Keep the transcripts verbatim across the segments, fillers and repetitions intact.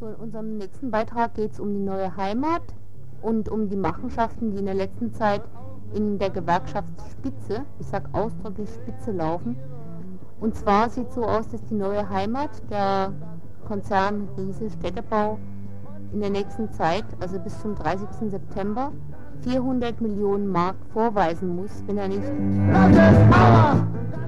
So, in unserem nächsten Beitrag geht es um die neue Heimat und um die Machenschaften, die in der letzten Zeit in der Gewerkschaftsspitze, ich sage ausdrücklich Spitze, laufen. Und zwar sieht es so aus, dass die neue Heimat, der Konzern Riese Städtebau, in der nächsten Zeit, also bis zum dreißigsten September, vierhundert Millionen Mark vorweisen muss, wenn er nicht... Das ist Mauer!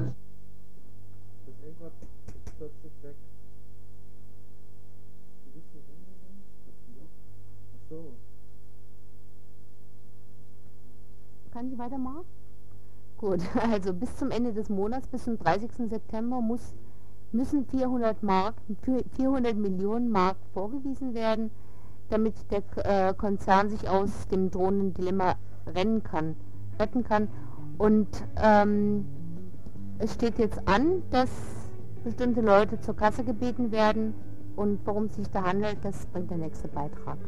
Kann ich weitermachen? Gut, also bis zum Ende des Monats, bis zum dreißigsten September muss, müssen vierhundert Mark, vierhundert Millionen Mark vorgewiesen werden, damit der äh, Konzern sich aus dem drohenden Dilemma rennen kann, retten kann. Und ähm, es steht jetzt an, dass bestimmte Leute zur Kasse gebeten werden, und worum es sich da handelt, das bringt der nächste Beitrag.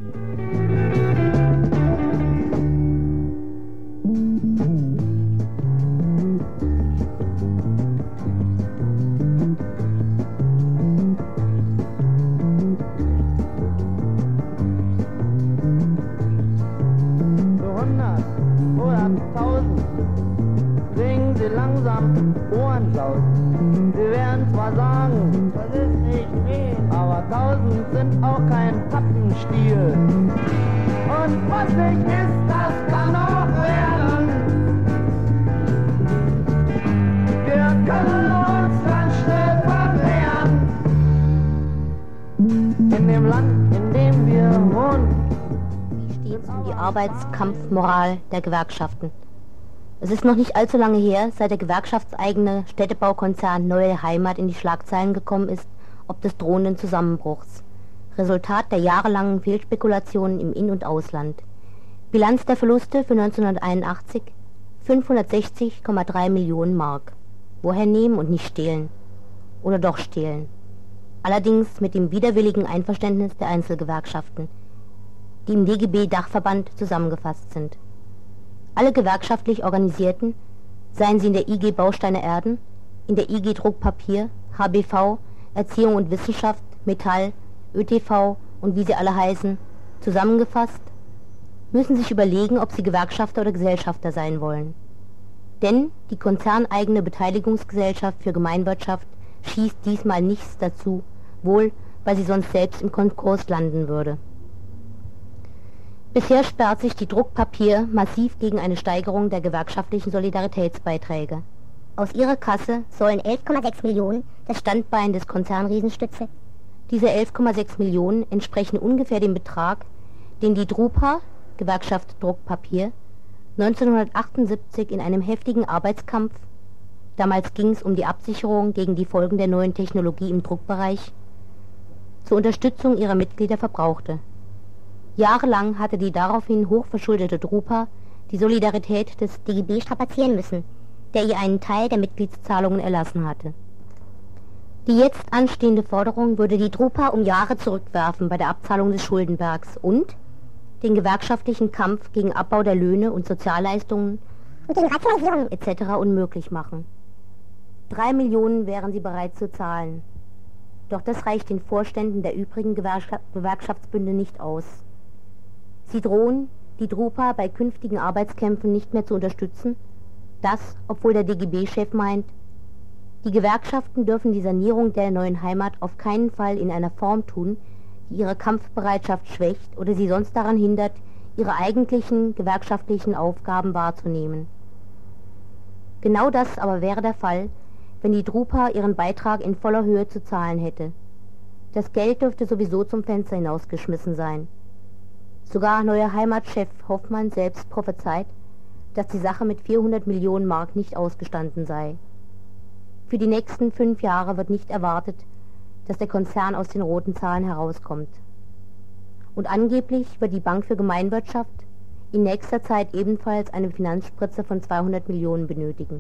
Langsam Ohrensaus. Sie werden zwar sagen, das ist nicht viel, aber tausend sind auch kein Pappenstiel. Und was nicht ist, das kann auch werden. Wir können uns ganz schnell verwehren. In dem Land, in dem wir wohnen. Wie steht's um die Arbeitskampfmoral der Gewerkschaften? Es ist noch nicht allzu lange her, seit der gewerkschaftseigene Städtebaukonzern Neue Heimat in die Schlagzeilen gekommen ist, ob des drohenden Zusammenbruchs. Resultat der jahrelangen Fehlspekulationen im In- und Ausland. Bilanz der Verluste für neunzehnhunderteinundachtzig, fünfhundertsechzig Komma drei Millionen Mark. Woher nehmen und nicht stehlen? Oder doch stehlen? Allerdings mit dem widerwilligen Einverständnis der Einzelgewerkschaften, die im D G B-Dachverband zusammengefasst sind. Alle gewerkschaftlich Organisierten, seien sie in der I G Bausteine Erden, in der I G Druckpapier, H B V, Erziehung und Wissenschaft, Metall, Ö T V und wie sie alle heißen, zusammengefasst, müssen sich überlegen, ob sie Gewerkschafter oder Gesellschafter sein wollen. Denn die konzerneigene Beteiligungsgesellschaft für Gemeinwirtschaft schießt diesmal nichts dazu, wohl weil sie sonst selbst im Konkurs landen würde. Bisher sperrt sich die Druckpapier massiv gegen eine Steigerung der gewerkschaftlichen Solidaritätsbeiträge. Aus ihrer Kasse sollen elf Komma sechs Millionen das Standbein des Konzernriesenstütze. Diese elf Komma sechs Millionen entsprechen ungefähr dem Betrag, den die Drupa, Gewerkschaft Druckpapier, neunzehnhundertachtundsiebzig in einem heftigen Arbeitskampf, damals ging es um die Absicherung gegen die Folgen der neuen Technologie im Druckbereich, zur Unterstützung ihrer Mitglieder verbrauchte. Jahrelang hatte die daraufhin hochverschuldete Drupa die Solidarität des D G B strapazieren müssen, der ihr einen Teil der Mitgliedszahlungen erlassen hatte. Die jetzt anstehende Forderung würde die Drupa um Jahre zurückwerfen bei der Abzahlung des Schuldenbergs und den gewerkschaftlichen Kampf gegen Abbau der Löhne und Sozialleistungen und den Rationalisierungen et cetera unmöglich machen. Drei Millionen wären sie bereit zu zahlen. Doch das reicht den Vorständen der übrigen Gewerkschaftsbünde nicht aus. Sie drohen, die Drupa bei künftigen Arbeitskämpfen nicht mehr zu unterstützen, das, obwohl der D G B-Chef meint, die Gewerkschaften dürfen die Sanierung der neuen Heimat auf keinen Fall in einer Form tun, die ihre Kampfbereitschaft schwächt oder sie sonst daran hindert, ihre eigentlichen gewerkschaftlichen Aufgaben wahrzunehmen. Genau das aber wäre der Fall, wenn die Drupa ihren Beitrag in voller Höhe zu zahlen hätte. Das Geld dürfte sowieso zum Fenster hinausgeschmissen sein. Sogar Neue Heimatchef Hoffmann selbst prophezeit, dass die Sache mit vierhundert Millionen Mark nicht ausgestanden sei. Für die nächsten fünf Jahre wird nicht erwartet, dass der Konzern aus den roten Zahlen herauskommt. Und angeblich wird die Bank für Gemeinwirtschaft in nächster Zeit ebenfalls eine Finanzspritze von zweihundert Millionen benötigen.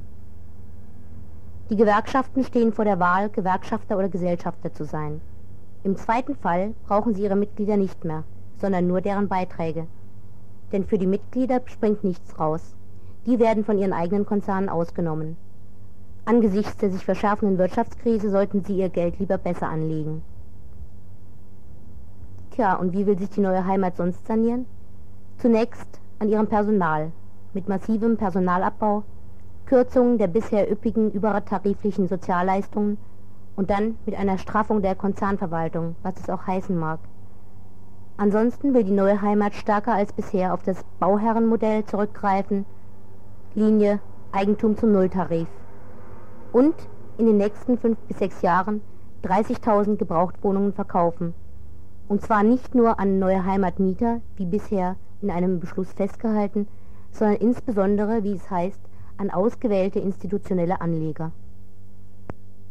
Die Gewerkschaften stehen vor der Wahl, Gewerkschafter oder Gesellschafter zu sein. Im zweiten Fall brauchen sie ihre Mitglieder nicht mehr, sondern nur deren Beiträge. Denn für die Mitglieder springt nichts raus. Die werden von ihren eigenen Konzernen ausgenommen. Angesichts der sich verschärfenden Wirtschaftskrise sollten sie ihr Geld lieber besser anlegen. Tja, und wie will sich die neue Heimat sonst sanieren? Zunächst an ihrem Personal, mit massivem Personalabbau, Kürzungen der bisher üppigen übertariflichen Sozialleistungen und dann mit einer Straffung der Konzernverwaltung, was es auch heißen mag. Ansonsten will die neue Heimat stärker als bisher auf das Bauherrenmodell zurückgreifen, Linie Eigentum zum Nulltarif. Und in den nächsten fünf bis sechs Jahren dreißigtausend Gebrauchtwohnungen verkaufen. Und zwar nicht nur an neue Heimatmieter, wie bisher in einem Beschluss festgehalten, sondern insbesondere, wie es heißt, an ausgewählte institutionelle Anleger.